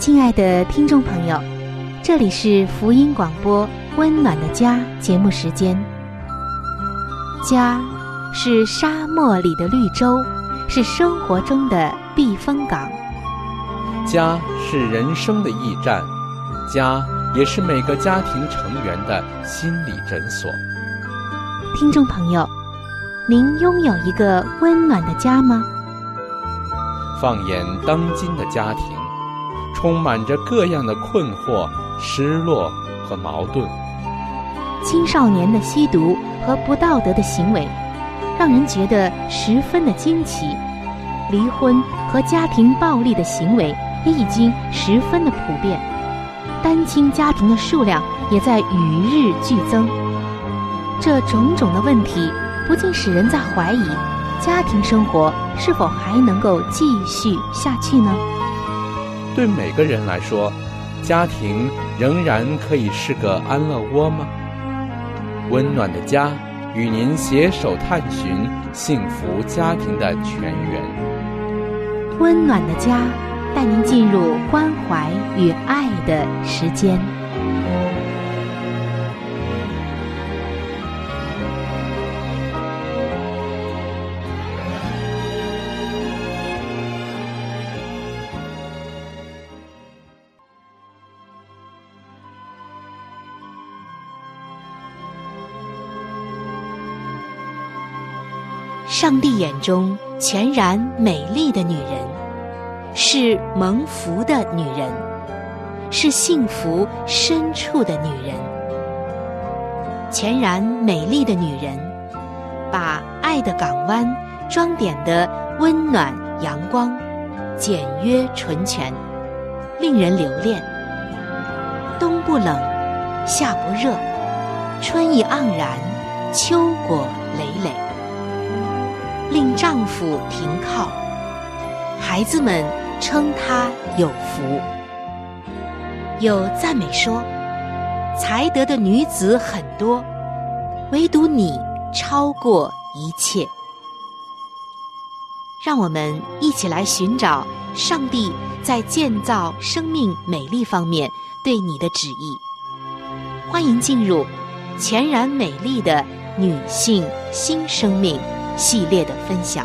亲爱的听众朋友，这里是福音广播温暖的家节目时间。家是沙漠里的绿洲，是生活中的避风港。 家是人生的驿站，家也是每个家庭成员的心理诊所。 听众朋友，您拥有一个温暖的家吗？ 放眼当今的家庭，充满着各样的困惑、失落和矛盾。 青少年的吸毒和不道德的行为，让人觉得十分的惊奇。离婚和家庭暴力的行为也已经十分的普遍，单亲家庭的数量也在与日俱增。这种种的问题，不禁使人在怀疑，家庭生活是否还能够继续下去呢？ 对每个人来说，家庭仍然可以是个安乐窝吗？温暖的家与您携手探寻幸福家庭的泉源。 温暖的家带您进入关怀与爱的时间。上帝眼中全然美丽的女人，是蒙福的女人，是幸福深处的女人。全然美丽的女人，把爱的港湾装点得温暖阳光，简约纯全，令人留恋。冬不冷，夏不热，春意盎然，秋果累累，令丈夫停靠，孩子们称她有福。有赞美说，才德的女子很多，唯独你超过一切。让我们一起来寻找上帝在建造生命美丽方面对你的旨意。欢迎进入全然美丽的女性新生命系列的分享。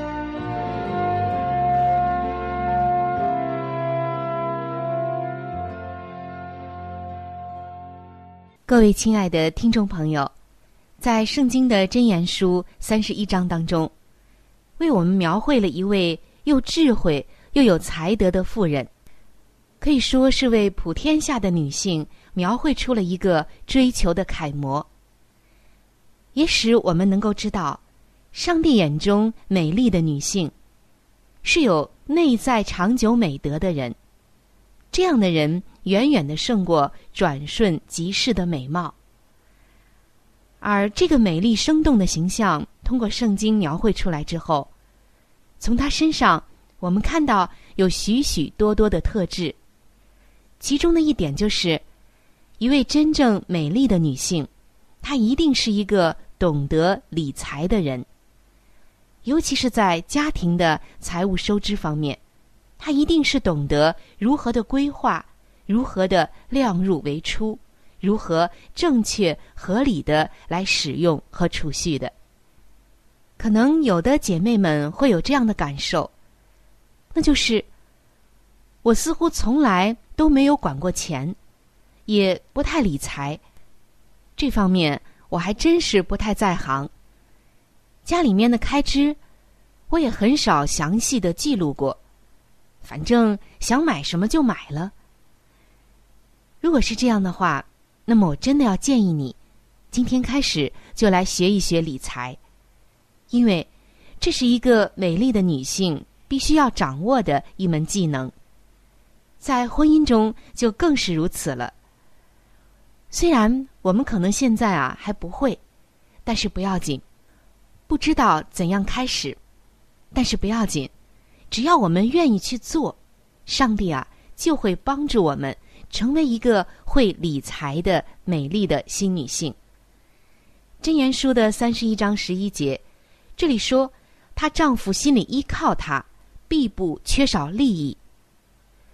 各位亲爱的听众朋友，在圣经的箴言书31章当中，为我们描绘了一位又智慧又有才德的妇人，可以说是为普天下的女性描绘出了一个追求的楷模，也使我们能够知道上帝眼中美丽的女性是有内在长久美德的人，这样的人远远地胜过转瞬即逝的美貌。而这个美丽生动的形象通过圣经描绘出来之后，从她身上我们看到有许许多多的特质，其中的一点就是一位真正美丽的女性，她一定是一个懂得理财的人，尤其是在家庭的财务收支方面，她一定是懂得如何的规划，如何的量入为出，如何正确合理的来使用和储蓄的。可能有的姐妹们会有这样的感受，那就是我似乎从来都没有管过钱，也不太理财，这方面我还真是不太在行。家里面的开支我也很少详细的记录过，反正想买什么就买了。如果是这样的话，那么我真的要建议你今天开始就来学一学理财，因为这是一个美丽的女性必须要掌握的一门技能，在婚姻中就更是如此了。虽然我们可能现在还不会，但是不要紧，不知道怎样开始，但是不要紧，只要我们愿意去做，上帝就会帮助我们成为一个会理财的美丽的新女性。箴言书的31章11节，这里说她丈夫心里依靠她，必不缺少利益。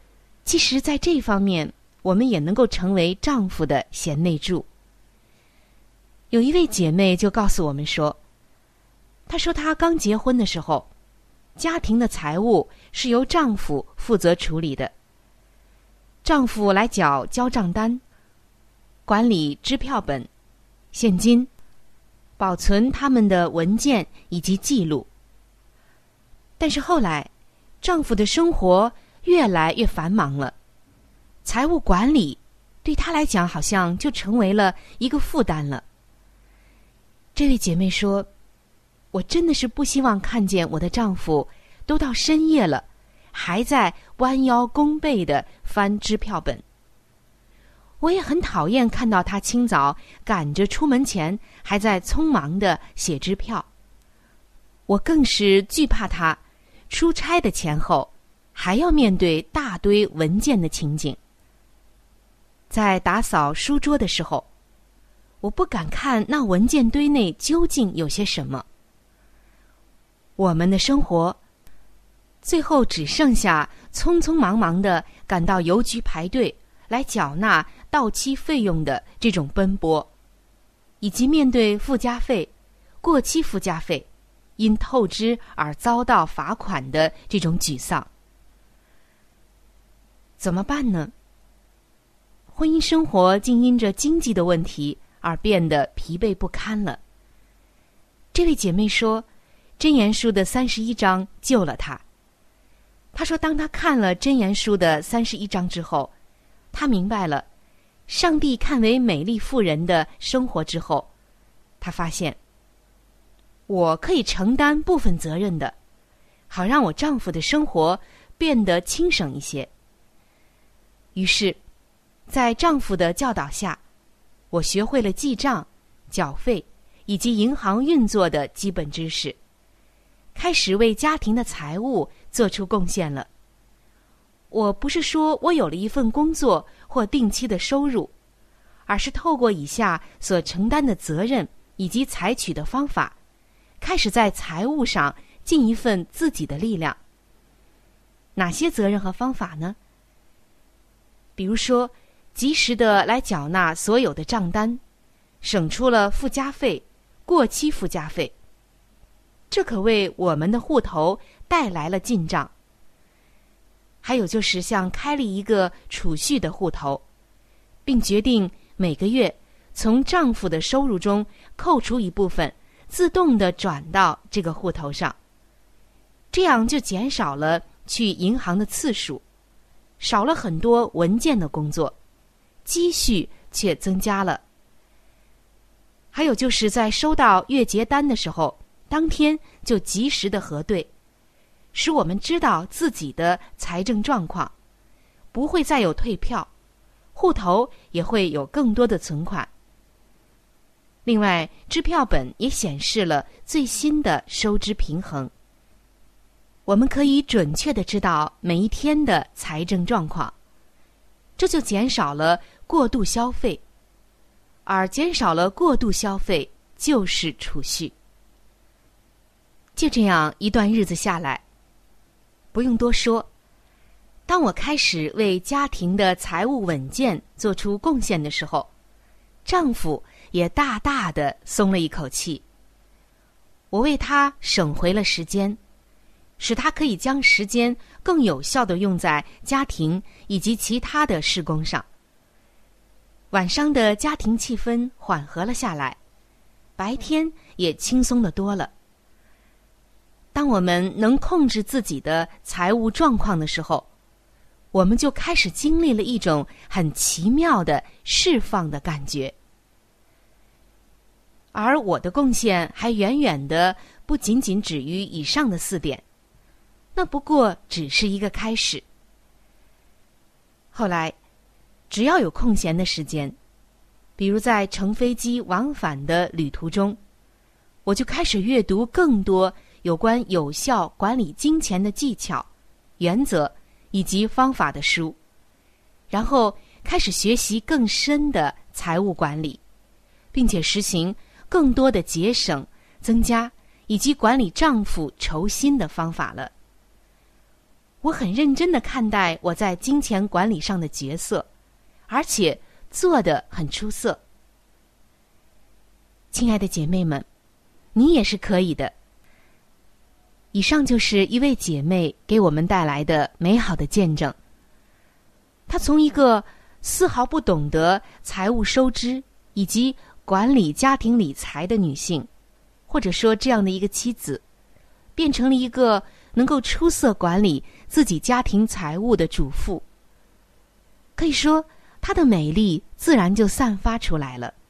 其实在这方面，我们也能够成为丈夫的贤内助。有一位姐妹就告诉我们说，她说她刚结婚的时候，家庭的财务是由丈夫负责处理的。丈夫来缴交账单，管理支票本、现金，保存他们的文件以及记录。但是后来，丈夫的生活越来越繁忙了，财务管理对他来讲好像就成为了一个负担了。这位姐妹说，我真的是不希望看见我的丈夫都到深夜了，还在弯腰弓背地翻支票本。我也很讨厌看到他清早赶着出门前还在匆忙地写支票。我更是惧怕他出差的前后还要面对大堆文件的情景。在打扫书桌的时候，我不敢看那文件堆内究竟有些什么。我们的生活最后只剩下匆匆忙忙地赶到邮局排队来缴纳到期费用的这种奔波，以及面对附加费、过期附加费因透支而遭到罚款的这种沮丧。怎么办呢？婚姻生活竟因着经济的问题而变得疲惫不堪了。这位姐妹说，箴言书的31章救了她。她说，当她看了箴言书的31章之后，她明白了上帝看为美丽妇人的生活之后，她发现我可以承担部分责任的，好让我丈夫的生活变得轻省一些。于是在丈夫的教导下，我学会了记账、缴费以及银行运作的基本知识，开始为家庭的财务做出贡献了。我不是说我有了一份工作或定期的收入，而是透过以下所承担的责任以及采取的方法，开始在财务上尽一份自己的力量。哪些责任和方法呢？比如说，及时的来缴纳所有的账单，省出了附加费、过期附加费，这可为我们的户头带来了进账。还有就是像开立一个储蓄的户头，并决定每个月从丈夫的收入中扣除一部分，自动的转到这个户头上，这样就减少了去银行的次数，少了很多文件的工作，积蓄却增加了。还有就是在收到月结单的时候，当天就及时的核对，使我们知道自己的财政状况，不会再有退票，户头也会有更多的存款。另外，支票本也显示了最新的收支平衡，我们可以准确地知道每一天的财政状况，这就减少了过度消费，而减少了过度消费就是储蓄。就这样一段日子下来，不用多说，当我开始为家庭的财务稳健做出贡献的时候，丈夫也大大的松了一口气。我为他省回了时间，使他可以将时间更有效地用在家庭以及其他的事工上。晚上的家庭气氛缓和了下来，白天也轻松得多了。当我们能控制自己的财务状况的时候，我们就开始经历了一种很奇妙的释放的感觉。而我的贡献还远远的不仅仅止于以上的4点，那不过只是一个开始。后来，只要有空闲的时间，比如在乘飞机往返的旅途中，我就开始阅读更多有关有效管理金钱的技巧、原则以及方法的书，然后开始学习更深的财务管理，并且实行更多的节省、增加以及管理丈夫酬薪的方法了。 我很认真地看待我在金钱管理上的角色，而且做得很出色。亲爱的姐妹们，你也是可以的。以上就是一位姐妹给我们带来的美好的见证。她从一个丝毫不懂得财务收支以及管理家庭理财的女性，或者说这样的一个妻子，变成了一个能够出色管理自己家庭财务的主妇。可以说，她的美丽自然就散发出来了。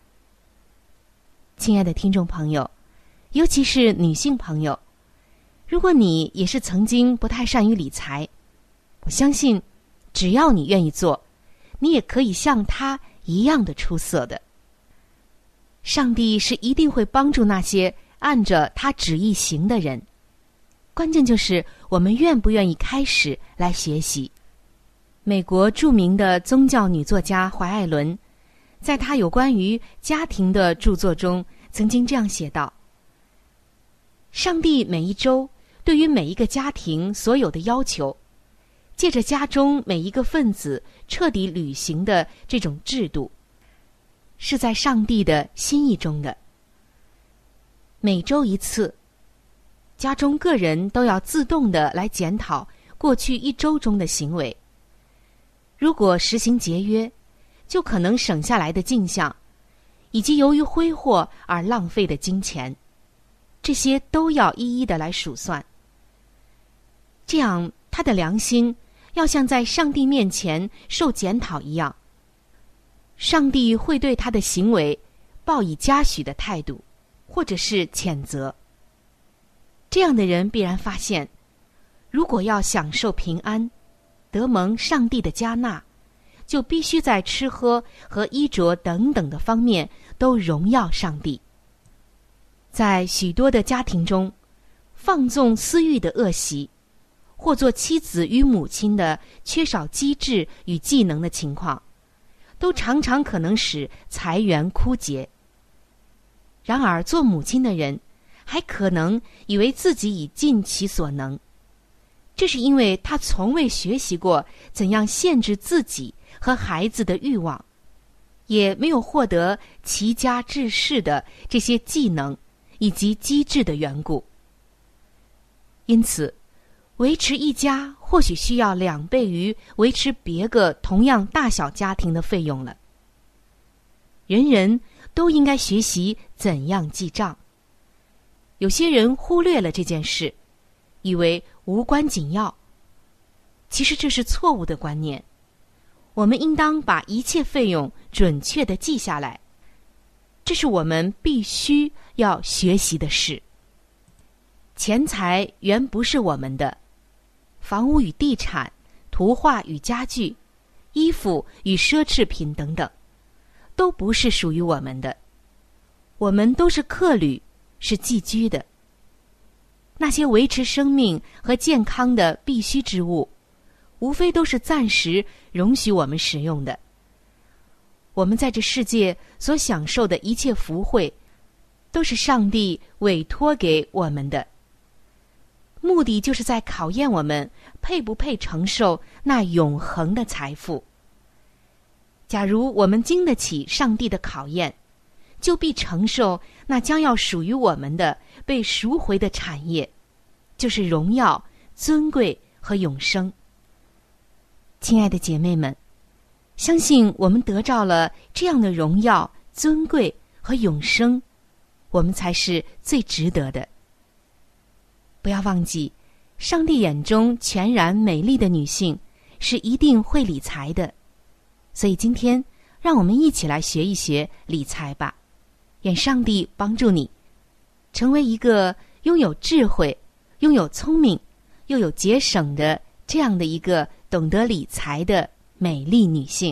亲爱的听众朋友，尤其是女性朋友，如果你也是曾经不太善于理财，我相信只要你愿意做，你也可以像她一样的出色的。上帝是一定会帮助那些按着他旨意行的人，关键就是我们愿不愿意开始来学习。美国著名的宗教女作家怀艾伦，在她有关于家庭的著作中曾经这样写道：上帝每一周对于每一个家庭所有的要求，借着家中每一个分子彻底履行的这种制度，是在上帝的心意中的。每周一次，家中个人都要自动的来检讨过去一周中的行为。如果实行节约，就可能省下来的进项，以及由于挥霍而浪费的金钱，这些都要一一的来数算。这样，他的良心要像在上帝面前受检讨一样，上帝会对他的行为报以嘉许的态度，或者是谴责。这样的人必然发现，如果要享受平安，得蒙上帝的嘉纳，就必须在吃喝和衣着等等的方面都荣耀上帝。在许多的家庭中，放纵私欲的恶习，或做妻子与母亲的缺少机智与技能的情况，都常常可能使财源枯竭。然而做母亲的人还可能以为自己已尽其所能，这是因为他从未学习过怎样限制自己和孩子的欲望，也没有获得齐家治世的这些技能以及机智的缘故。因此，维持一家或许需要2倍于维持别个同样大小家庭的费用了。人人都应该学习怎样记账。有些人忽略了这件事，以为无关紧要。其实这是错误的观念。我们应当把一切费用准确地记下来，这是我们必须要学习的事。钱财原不是我们的，房屋与地产、图画与家具、衣服与奢侈品等等，都不是属于我们的。我们都是客旅，是寄居的。那些维持生命和健康的必须之物，无非都是暂时容许我们使用的。我们在这世界所享受的一切福惠，都是上帝委托给我们的，目的就是在考验我们配不配承受那永恒的财富。假如我们经得起上帝的考验，就必承受那将要属于我们的被赎回的产业，就是荣耀、尊贵和永生。亲爱的姐妹们，相信我们得着了这样的荣耀、尊贵和永生，我们才是最值得的。不要忘记，上帝眼中全然美丽的女性是一定会理财的。所以今天，让我们一起来学一学理财吧。愿上帝帮助你，成为一个拥有智慧、拥有聪明、又有节省的这样的一个懂得理财的美丽女性。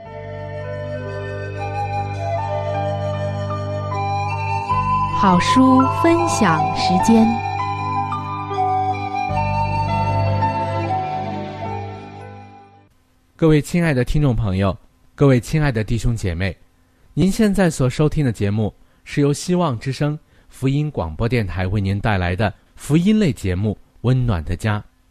好书分享时间。 各位亲爱的听众朋友，各位亲爱的弟兄姐妹，您现在所收听的节目是由希望之声福音广播电台为您带来的福音类节目《温暖的家》。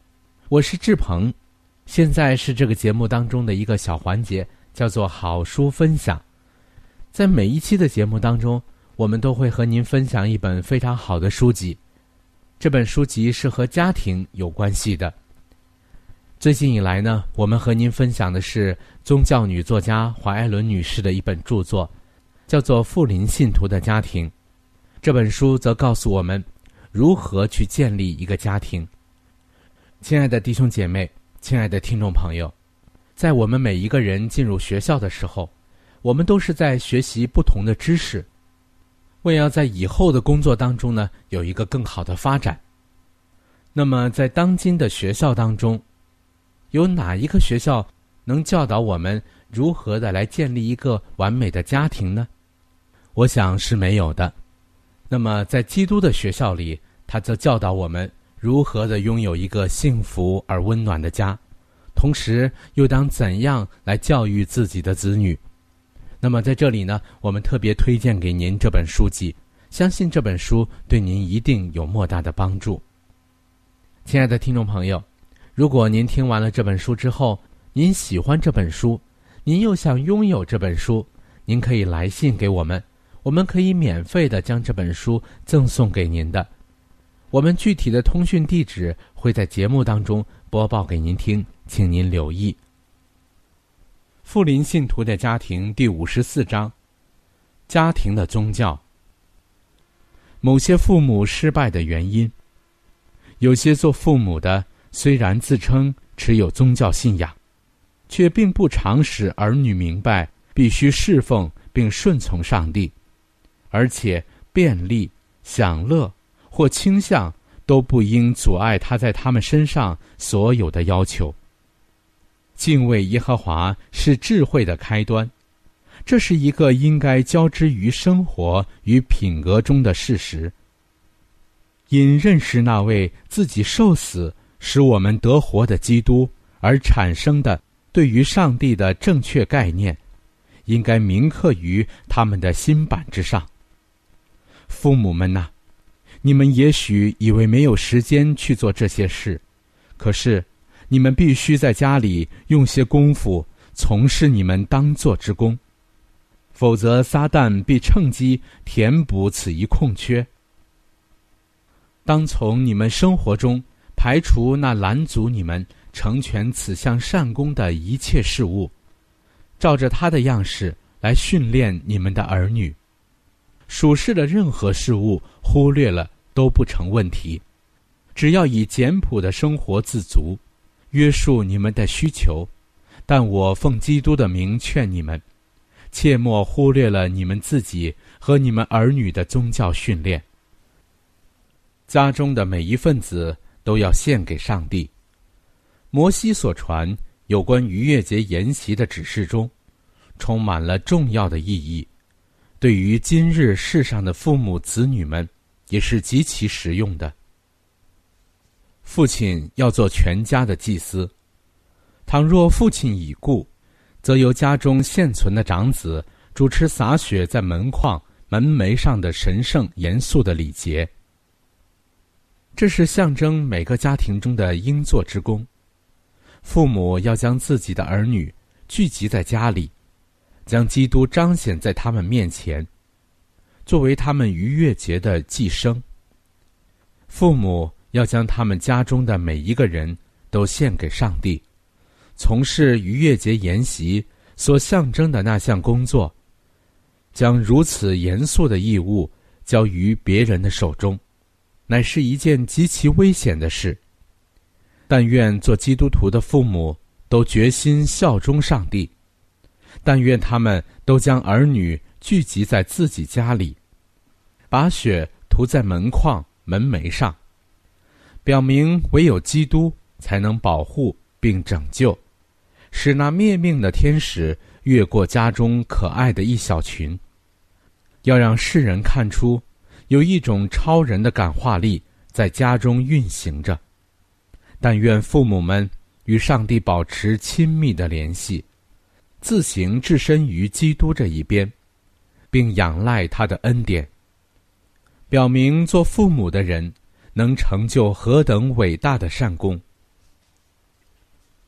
我是志鹏，现在是这个节目当中的一个小环节，叫做好书分享。在每一期的节目当中，我们都会和您分享一本非常好的书籍，这本书籍是和家庭有关系的。最近以来呢，我们和您分享的是宗教女作家华爱伦女士的一本著作，叫做《富林信徒的家庭》。这本书则告诉我们如何去建立一个家庭。亲爱的弟兄姐妹，亲爱的听众朋友，在我们每一个人进入学校的时候，我们都是在学习不同的知识，为要在以后的工作当中呢，有一个更好的发展。那么在当今的学校当中，有哪一个学校能教导我们如何的来建立一个完美的家庭呢？我想是没有的。那么在基督的学校里，他则教导我们如何的拥有一个幸福而温暖的家，同时又当怎样来教育自己的子女。那么在这里呢，我们特别推荐给您这本书籍，相信这本书对您一定有莫大的帮助。亲爱的听众朋友，如果您听完了这本书之后，您喜欢这本书，您又想拥有这本书，您可以来信给我们，我们可以免费的将这本书赠送给您的。我们具体的通讯地址会在节目当中播报给您听，请您留意。富林信徒的家庭第54章，家庭的宗教。某些父母失败的原因。有些做父母的虽然自称持有宗教信仰，却并不常使儿女明白必须侍奉并顺从上帝，而且便利、享乐或倾向都不应阻碍他在他们身上所有的要求。敬畏耶和华是智慧的开端，这是一个应该交织于生活与品格中的事实。因认识那位自己受死使我们得活的基督而产生的对于上帝的正确概念，应该铭刻于他们的心板之上。父母们啊，你们也许以为没有时间去做这些事，可是你们必须在家里用些功夫从事你们当做之功，否则撒旦必趁机填补此一空缺。当从你们生活中排除那拦阻你们成全此项善功的一切事物，照着他的样式来训练你们的儿女。属世的任何事物忽略了都不成问题，只要以简朴的生活自足，约束你们的需求。但我奉基督的名劝你们，切莫忽略了你们自己和你们儿女的宗教训练。家中的每一份子都要献给上帝。摩西所传有关逾越节筵席的指示中，充满了重要的意义，对于今日世上的父母子女们也是极其实用的。父亲要做全家的祭司，倘若父亲已故，则由家中现存的长子主持洒血在门框、门楣上的神圣严肃的礼节。这是象征每个家庭中的应做之功。父母要将自己的儿女聚集在家里，将基督彰显在他们面前，作为他们逾越节的祭牲。父母要将他们家中的每一个人都献给上帝，从事逾越节筵席所象征的那项工作，将如此严肃的义务交于别人的手中，乃是一件极其危险的事。但愿做基督徒的父母都决心效忠上帝，但愿他们都将儿女聚集在自己家里，把血涂在门框、门楣上，表明唯有基督才能保护并拯救，使那灭命的天使越过家中可爱的一小群。要让世人看出有一种超人的感化力在家中运行着。但愿父母们与上帝保持亲密的联系，自行置身于基督这一边，并仰赖他的恩典，表明做父母的人能成就何等伟大的善功。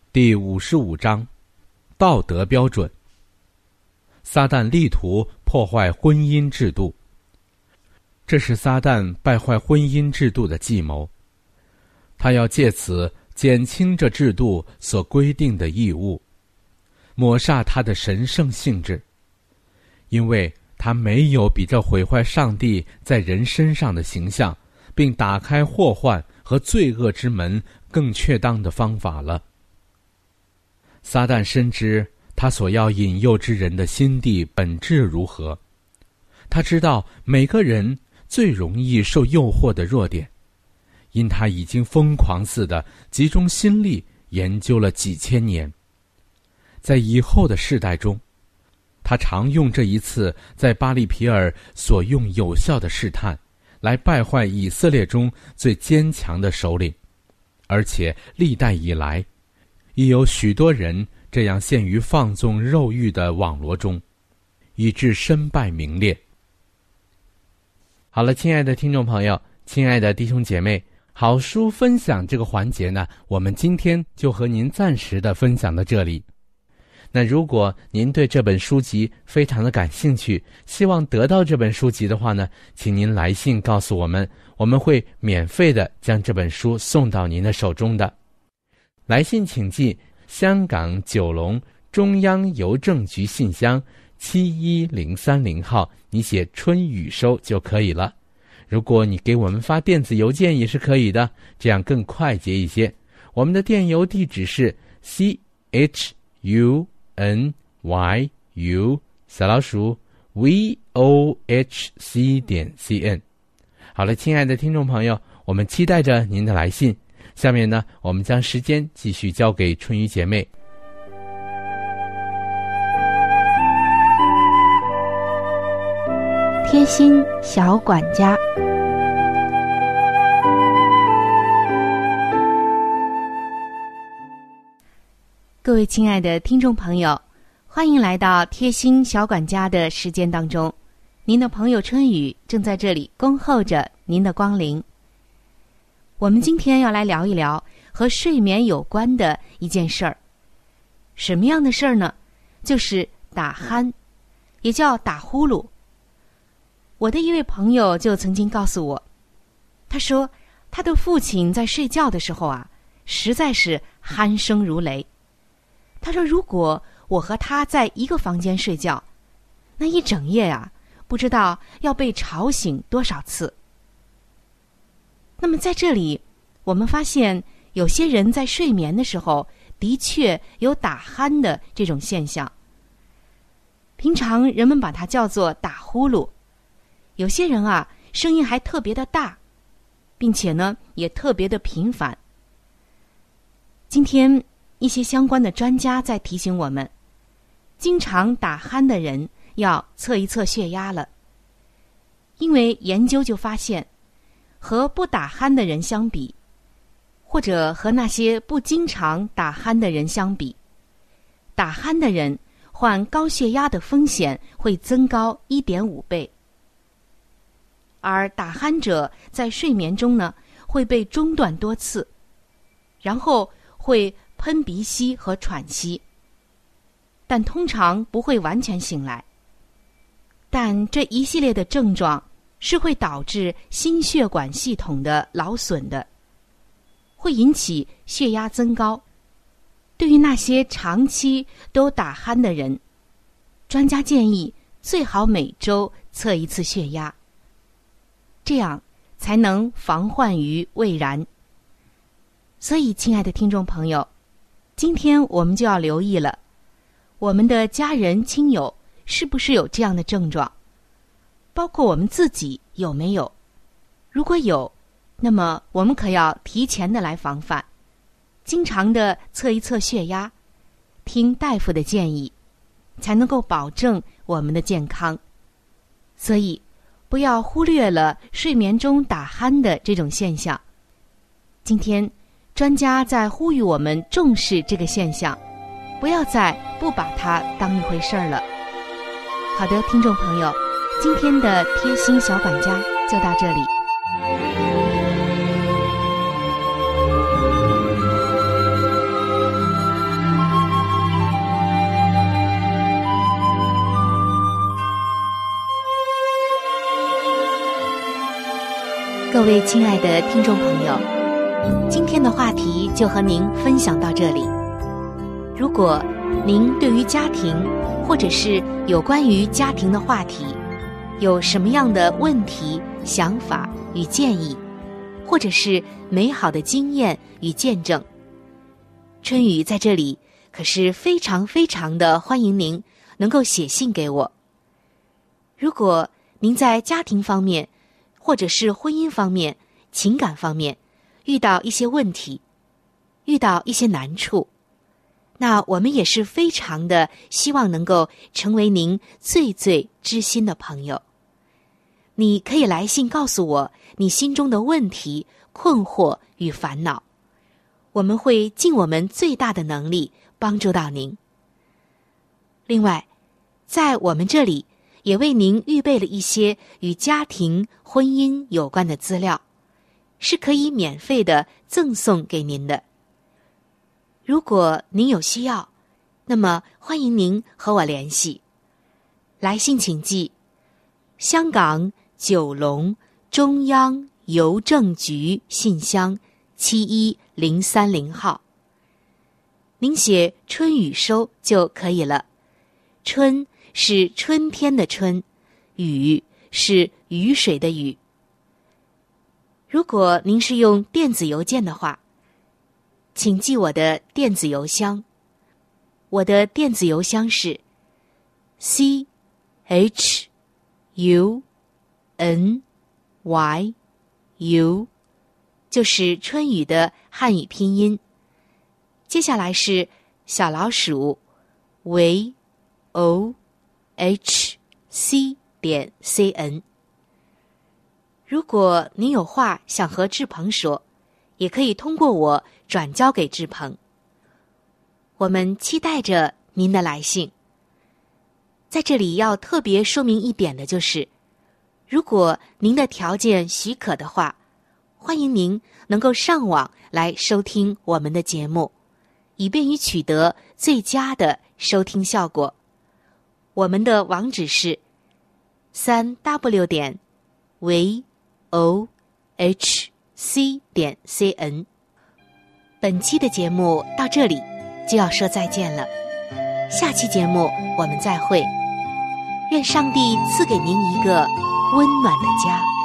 第55章，道德标准。撒旦力图破坏婚姻制度，这是撒旦败坏婚姻制度的计谋。他要借此减轻这制度所规定的义务，抹煞它的神圣性质，因为他没有比这毁坏上帝在人身上的形象，并打开祸患和罪恶之门更确当的方法了。撒旦深知他所要引诱之人的心地本质如何，他知道每个人最容易受诱惑的弱点，因他已经疯狂似的集中心力研究了几千年。在以后的世代中，他常用这一次在巴利皮尔所用有效的试探，来败坏以色列中最坚强的首领，而且历代以来，已有许多人这样陷于放纵肉欲的网罗中，以致身败名裂。好了，亲爱的听众朋友，亲爱的弟兄姐妹，好书分享这个环节呢，我们今天就和您暂时的分享到这里。那如果您对这本书籍非常的感兴趣，希望得到这本书籍的话呢，请您来信告诉我们，我们会免费的将这本书送到您的手中的。来信请寄香港九龙中央邮政局信箱71030号，你写春雨收就可以了。如果你给我们发电子邮件也是可以的，这样更快捷一些。我们的电邮地址是 CHUNYU vohc.cn。 好了，亲爱的听众朋友，我们期待着您的来信。下面呢，我们将时间继续交给春雨姐妹。 贴心小管家。各位亲爱的听众朋友，欢迎来到贴心小管家的时间当中，您的朋友春雨正在这里恭候着您的光临。我们今天要来聊一聊和睡眠有关的一件事儿。什么样的事儿呢？就是打鼾，也叫打呼噜。我的一位朋友就曾经告诉我，他说他的父亲在睡觉的时候啊，实在是鼾声如雷。他说如果我和他在一个房间睡觉，那一整夜啊，不知道要被吵醒多少次。那么在这里，我们发现有些人在睡眠的时候的确有打鼾的这种现象。平常人们把它叫做打呼噜，有些人啊，声音还特别的大，并且呢，也特别的频繁。今天一些相关的专家在提醒我们，经常打鼾的人要测一测血压了，因为研究就发现，和不打鼾的人相比，或者和那些不经常打鼾的人相比，打鼾的人患高血压的风险会增高 1.5 倍。而打鼾者在睡眠中呢，会被中断多次，然后会喷鼻息和喘息，但通常不会完全醒来。但这一系列的症状是会导致心血管系统的劳损的，会引起血压增高。对于那些长期都打鼾的人，专家建议最好每周测一次血压，这样才能防患于未然。所以亲爱的听众朋友，今天我们就要留意了，我们的家人亲友是不是有这样的症状，包括我们自己有没有。如果有，那么我们可要提前的来防范，经常的测一测血压，听大夫的建议，才能够保证我们的健康。所以不要忽略了睡眠中打鼾的这种现象。今天专家在呼吁我们重视这个现象，不要再不把它当一回事儿了。好的，听众朋友，今天的贴心小管家就到这里。 各位亲爱的听众朋友，今天的话题就和您分享到这里。如果您对于家庭或者是有关于家庭的话题有什么样的问题、想法与建议，或者是美好的经验与见证，春雨在这里可是非常非常的欢迎您能够写信给我。如果您在家庭方面或者是婚姻方面、情感方面遇到一些问题，遇到一些难处，那我们也是非常的希望能够成为您最最知心的朋友。你可以来信告诉我你心中的问题、困惑与烦恼，我们会尽我们最大的能力帮助到您。另外，在我们这里也为您预备了一些与家庭、婚姻有关的资料，是可以免费的赠送给您的。如果您有需要，那么欢迎您和我联系。来信请寄香港九龙中央邮政局信箱71030号。您写春雨收就可以了。春是春天的春，雨是雨水的雨。如果您是用电子邮件的话，请记我的电子邮箱。我的电子邮箱是 CHUNYU， 就是春雨的汉语拼音。接下来是小老鼠vohc.cn。如果您有话想和志鹏说，也可以通过我转交给志鹏。我们期待着您的来信。在这里要特别说明一点的就是，如果您的条件许可的话，欢迎您能够上网来收听我们的节目，以便于取得最佳的收听效果。我们的网址是 3w.vohc.cn。 本期的节目到这里就要说再见了，下期节目我们再会。愿上帝赐给您一个温暖的家。